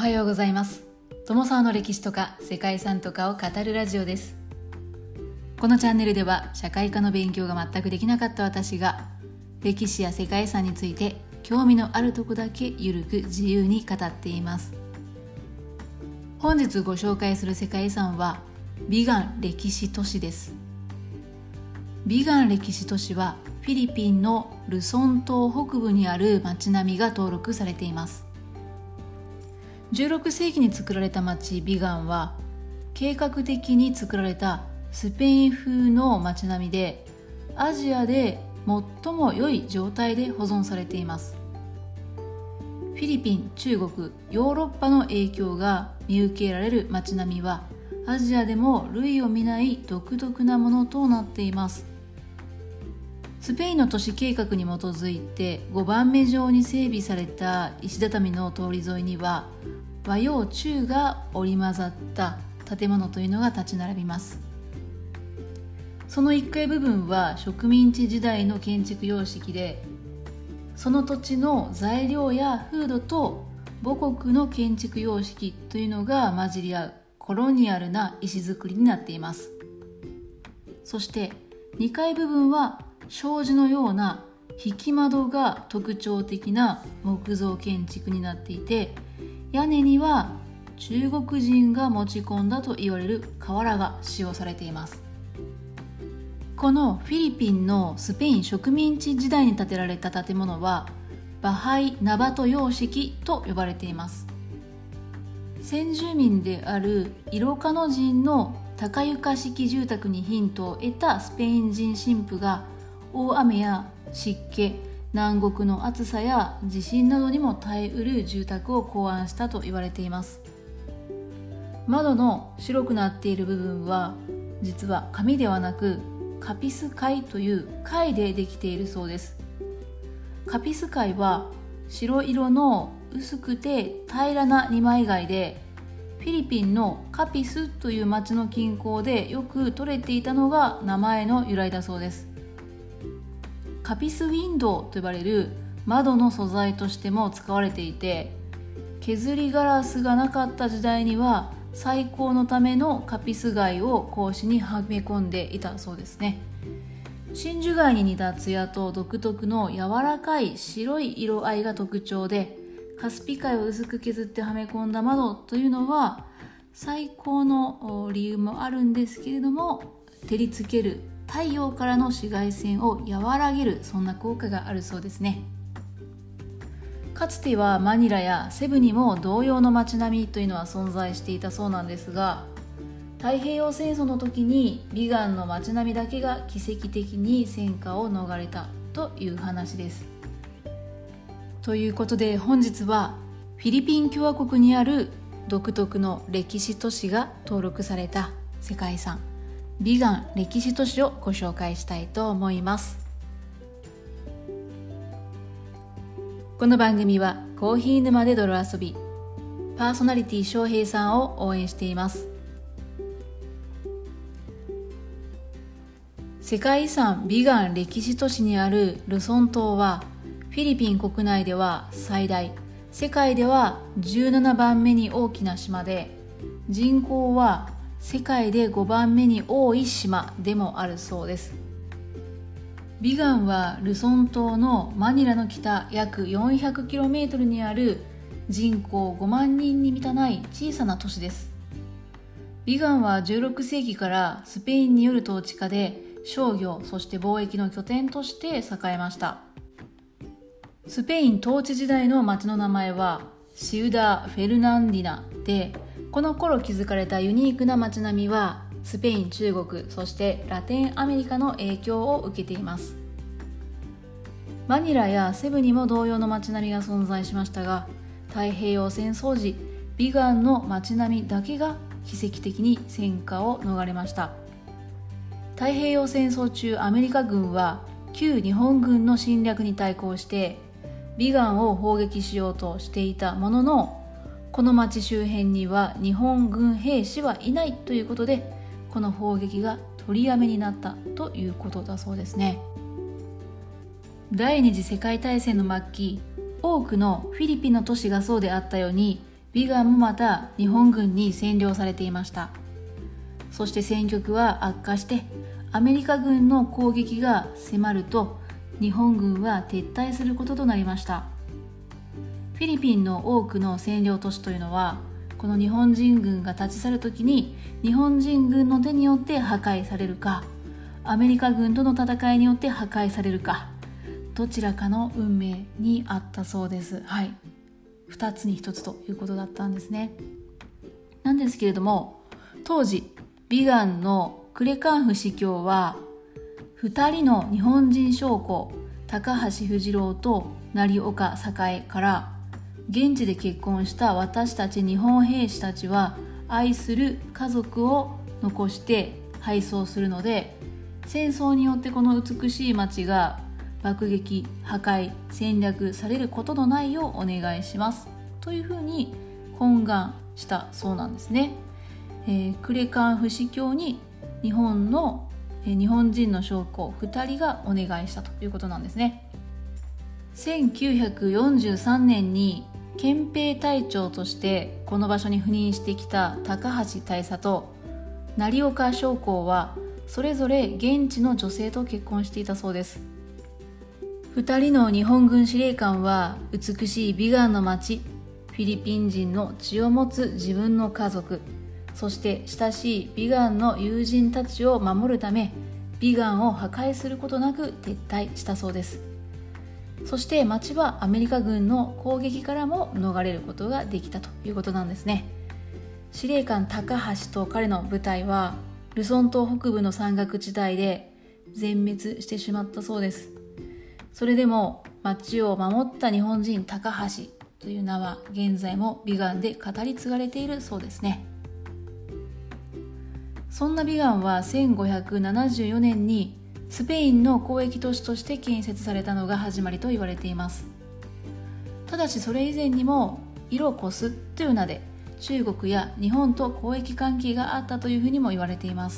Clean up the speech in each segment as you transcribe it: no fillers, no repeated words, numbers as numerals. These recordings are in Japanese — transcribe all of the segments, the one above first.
はようございます。友沢の歴史とか世界遺産とかを語るラジオです。このチャンネルでは社会科の勉強が全くできなかった私が歴史や世界遺産について興味のあるとこだけゆるく自由に語っています。本日ご紹介する世界遺産はビガン歴史都市です。ビガン歴史都市はフィリピンのルソン島北部にある町並みが登録されています。16世紀に作られた町ビガンは計画的に作られたスペイン風の町並みで、アジアで最も良い状態で保存されています。フィリピン、中国、ヨーロッパの影響が見受けられる町並みはアジアでも類を見ない独特なものとなっています。スペインの都市計画に基づいて5番目状に整備された石畳の通り沿いには和洋中が織り交ざった建物というのが立ち並びます。その1階部分は植民地時代の建築様式で、その土地の材料や風土と母国の建築様式というのが混じり合うコロニアルな石造りになっています。そして2階部分は障子のような引き窓が特徴的な木造建築になっていて、屋根には中国人が持ち込んだと言われる瓦が使用されています。このフィリピンのスペイン植民地時代に建てられた建物はバハイ・ナバト様式と呼ばれています。先住民であるイロカノ人の高床式住宅にヒントを得たスペイン人神父が大雨や湿気、南国の暑さや地震などにも耐えうる住宅を考案したと言われています。窓の白くなっている部分は実は紙ではなくカピス貝という貝でできているそうです。カピス貝は白色の薄くて平らな二枚貝で、フィリピンのカピスという町の近郊でよく取れていたのが名前の由来だそうです。カピスウィンドウと呼ばれる窓の素材としても使われていて、削りガラスがなかった時代には採光のためのカピス貝を格子にはめ込んでいたそうですね。真珠貝に似た艶と独特の柔らかい白い色合いが特徴で、カスピ貝を薄く削ってはめ込んだ窓というのは採光の理由もあるんですけれども、照りつける太陽からの紫外線を和らげる、そんな効果があるそうですね。かつてはマニラやセブにも同様の街並みというのは存在していたそうなんですが、太平洋戦争の時にビガンの街並みだけが奇跡的に戦火を逃れたという話です。ということで本日はフィリピン共和国にある独特の歴史都市が登録された世界遺産ビガン歴史都市をご紹介したいと思います。この番組はコーヒー沼で泥遊び、パーソナリティ翔平さんを応援しています。世界遺産ビガン歴史都市にあるルソン島はフィリピン国内では最大、世界では17番目に大きな島で、人口は世界で5番目に多い島でもあるそうです。ビガンはルソン島のマニラの北約 400km にある人口5万人に満たない小さな都市です。ビガンは16世紀からスペインによる統治下で商業、そして貿易の拠点として栄えました。スペイン統治時代の町の名前はシウダ・フェルナンディナで、この頃築かれたユニークな街並みはスペイン、中国、そしてラテンアメリカの影響を受けています。マニラやセブにも同様の街並みが存在しましたが、太平洋戦争時、ビガンの街並みだけが奇跡的に戦火を逃れました。太平洋戦争中、アメリカ軍は旧日本軍の侵略に対抗してビガンを砲撃しようとしていたものの、この町周辺には日本軍兵士はいないということで、この砲撃が取りやめになったということだそうですね。第二次世界大戦の末期、多くのフィリピンの都市がそうであったように、 ビガンもまた日本軍に占領されていました。そして戦局は悪化してアメリカ軍の攻撃が迫ると日本軍は撤退することとなりました。フィリピンの多くの占領都市というのはこの日本人軍が立ち去るときに日本人軍の手によって破壊されるか、アメリカ軍との戦いによって破壊されるか、どちらかの運命にあったそうです。はい、2つに1つということだったんですね。なんですけれども、当時ビガンのクレカンフ司教は2人の日本人将校高橋藤郎と成岡栄から現地で結婚した私たち日本兵士たちは愛する家族を残して敗走するので、戦争によってこの美しい町が爆撃、破壊、戦略されることのないようお願いしますというふうに懇願したそうなんですね。クレカンフ司教に日本人の将校2人がお願いしたということなんですね。1943年に憲兵隊長としてこの場所に赴任してきた高橋大佐と成岡将校はそれぞれ現地の女性と結婚していたそうです。2人の日本軍司令官は美しいビガンの町、フィリピン人の血を持つ自分の家族、そして親しいビガンの友人たちを守るためビガンを破壊することなく撤退したそうです。そして町はアメリカ軍の攻撃からも逃れることができたということなんですね。司令官高橋と彼の部隊はルソン島北部の山岳地帯で全滅してしまったそうです。それでも町を守った日本人高橋という名は現在もビガンで語り継がれているそうですね。そんなビガンは1574年にスペインの交易都市として建設されたのが始まりと言われています。ただしそれ以前にもイロコスという名で中国や日本と交易関係があったというふうにも言われています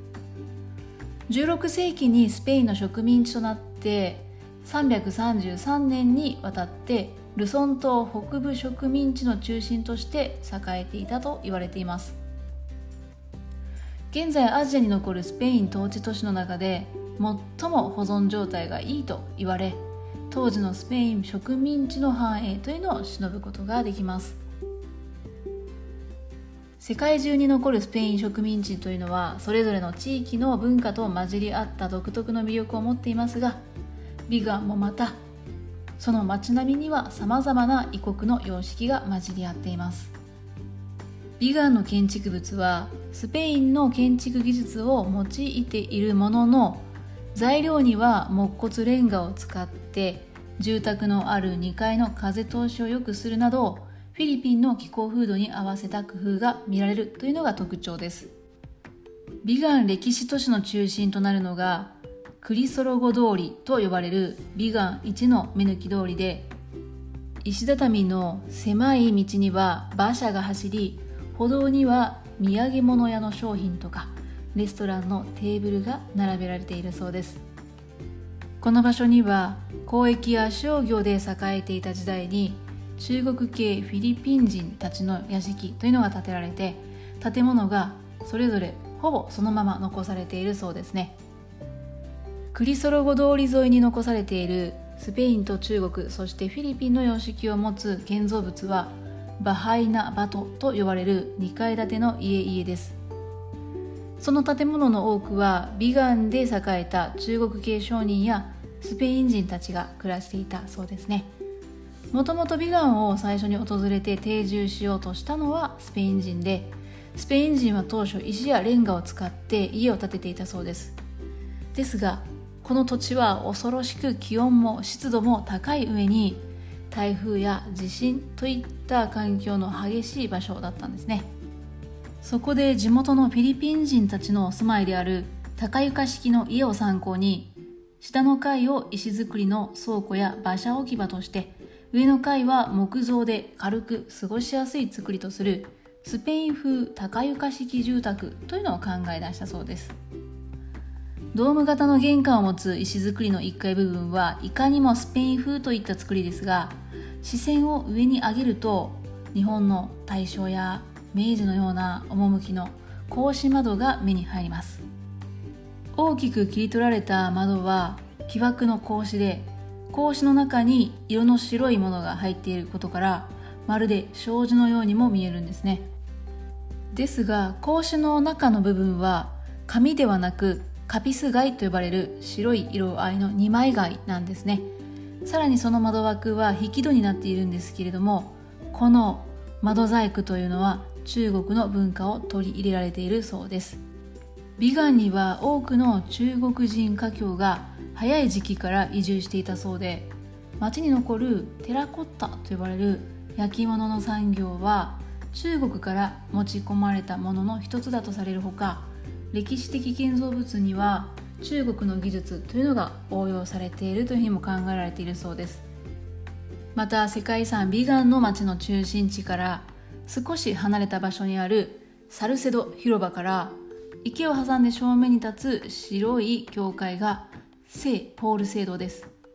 。16世紀にスペインの植民地となって333年にわたってルソン島北部植民地の中心として栄えていたと言われています。現在アジアに残るスペイン統治都市の中で最も保存状態がいいと言われ、当時のスペイン植民地の繁栄というのを偲ぶことができます。世界中に残るスペイン植民地というのはそれぞれの地域の文化と混じり合った独特の魅力を持っていますが、ビガンもまたその街並みにはさまざまな異国の様式が混じり合っています。ビガンの建築物はスペインの建築技術を用いているものの、材料には木骨レンガを使って住宅のある2階の風通しを良くするなどフィリピンの気候風土に合わせた工夫が見られるというのが特徴です。ビガン歴史都市の中心となるのがクリソロゴ通りと呼ばれるビガン一の目抜き通りで、石畳の狭い道には馬車が走り、歩道には土産物屋の商品とかレストランのテーブルが並べられているそうです。この場所には交易や商業で栄えていた時代に中国系フィリピン人たちの屋敷というのが建てられて、建物がそれぞれほぼそのまま残されているそうですね。クリソロゴ通り沿いに残されているスペインと中国、そしてフィリピンの様式を持つ建造物はバハイナバトと呼ばれる2階建ての家々です。その建物の多くはビガンで栄えた中国系商人やスペイン人たちが暮らしていたそうですね。もともとビガンを最初に訪れて定住しようとしたのはスペイン人で、スペイン人は当初石やレンガを使って家を建てていたそうです。ですがこの土地は恐ろしく気温も湿度も高い上に台風や地震といった環境の激しい場所だったんですね。そこで地元のフィリピン人たちの住まいである高床式の家を参考に、下の階を石造りの倉庫や馬車置き場として、上の階は木造で軽く過ごしやすい作りとするスペイン風高床式住宅というのを考え出したそうです。ドーム型の玄関を持つ石造りの1階部分はいかにもスペイン風といった作りですが、視線を上に上げると日本の大正や明治のような趣の格子窓が目に入ります。大きく切り取られた窓は木枠の格子で、格子の中に色の白いものが入っていることからまるで障子のようにも見えるんですね。ですが格子の中の部分は紙ではなくカピス貝と呼ばれる白い色合いの2枚貝なんですね。さらにその窓枠は引き戸になっているんですけれども、この窓細工というのは中国の文化を取り入れられているそうです。ビガンには多くの中国人華僑が早い時期から移住していたそうで、町に残るテラコッタと呼ばれる焼き物の産業は中国から持ち込まれたものの一つだとされるほか、歴史的建造物には中国の技術というのが応用されているというふうにも考えられているそうです。また世界遺産ビガンの町の中心地から少し離れた場所にあるサルセド広場から池を挟んで正面に立つ白い教会が聖ポール聖堂です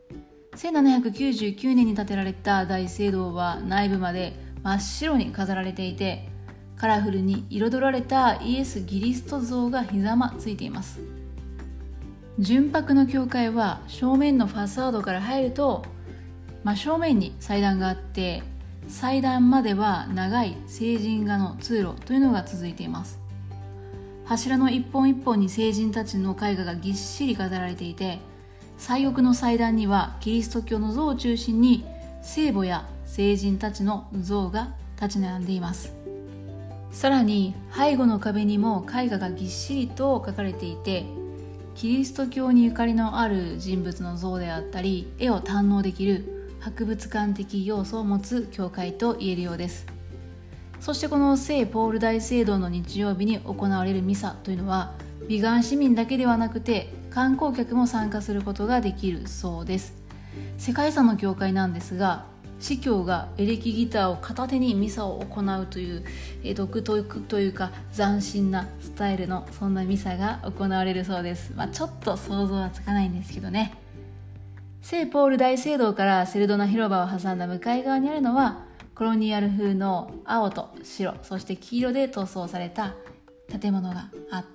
。1799年に建てられた大聖堂は内部まで真っ白に飾られていて、カラフルに彩られたイエス・キリスト像がひざまついています。純白の教会は正面のファサードから入ると真正面に祭壇があって、祭壇までは長い聖人画の通路というのが続いています。柱の一本一本に聖人たちの絵画がぎっしり飾られていて、最奥の祭壇にはキリスト教の像を中心に聖母や聖人たちの像が立ち並んでいます。さらに背後の壁にも絵画がぎっしりと描かれていて、キリスト教にゆかりのある人物の像であったり絵を堪能できる博物館的要素を持つ教会と言えるようです。そしてこの聖ポール大聖堂の日曜日に行われるミサというのはビガン市民だけではなくて観光客も参加することができるそうです。世界遺産の教会なんですが、司教がエレキギターを片手にミサを行うという独特というか斬新なスタイルのそんなミサが行われるそうです。ちょっと想像はつかないんですけどね。聖ポール大聖堂からセルドナ広場を挟んだ向かい側にあるのはコロニアル風の青と白、そして黄色で塗装された建物があって、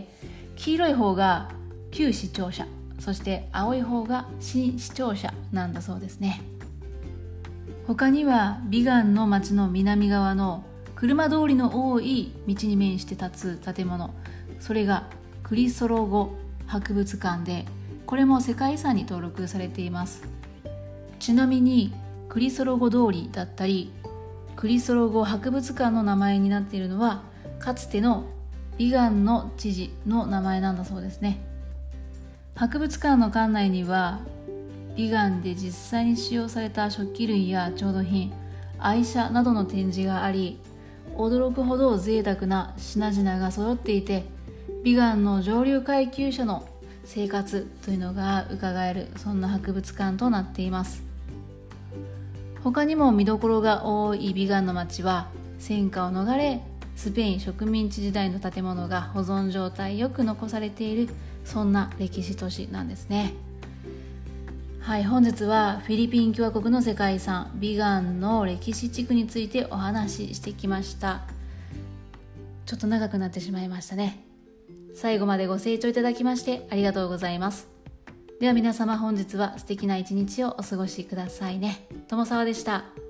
黄色い方が旧市庁舎、そして青い方が新市庁舎なんだそうですね。他にはビガンの町の南側の車通りの多い道に面して立つ建物、それがクリソロゴ博物館で、これも世界遺産に登録されています。ちなみにクリソロゴ通りだったりクリソロゴ博物館の名前になっているのはかつてのビガンの知事の名前なんだそうですね。博物館の館内にはビガンで実際に使用された食器類や調度品、愛車などの展示があり、驚くほど贅沢な品々が揃っていて、ビガンの上流階級者の生活というのが伺える、そんな博物館となっています。他にも見どころが多いビガンの町は戦火を逃れ、スペイン植民地時代の建物が保存状態よく残されている、そんな歴史都市なんですね。はい、本日はフィリピン共和国の世界遺産ビガンの歴史地区についてお話ししてきました。ちょっと長くなってしまいましたね。最後までご清聴いただきましてありがとうございます。では皆様、本日は素敵な一日をお過ごしくださいね。友沢でした。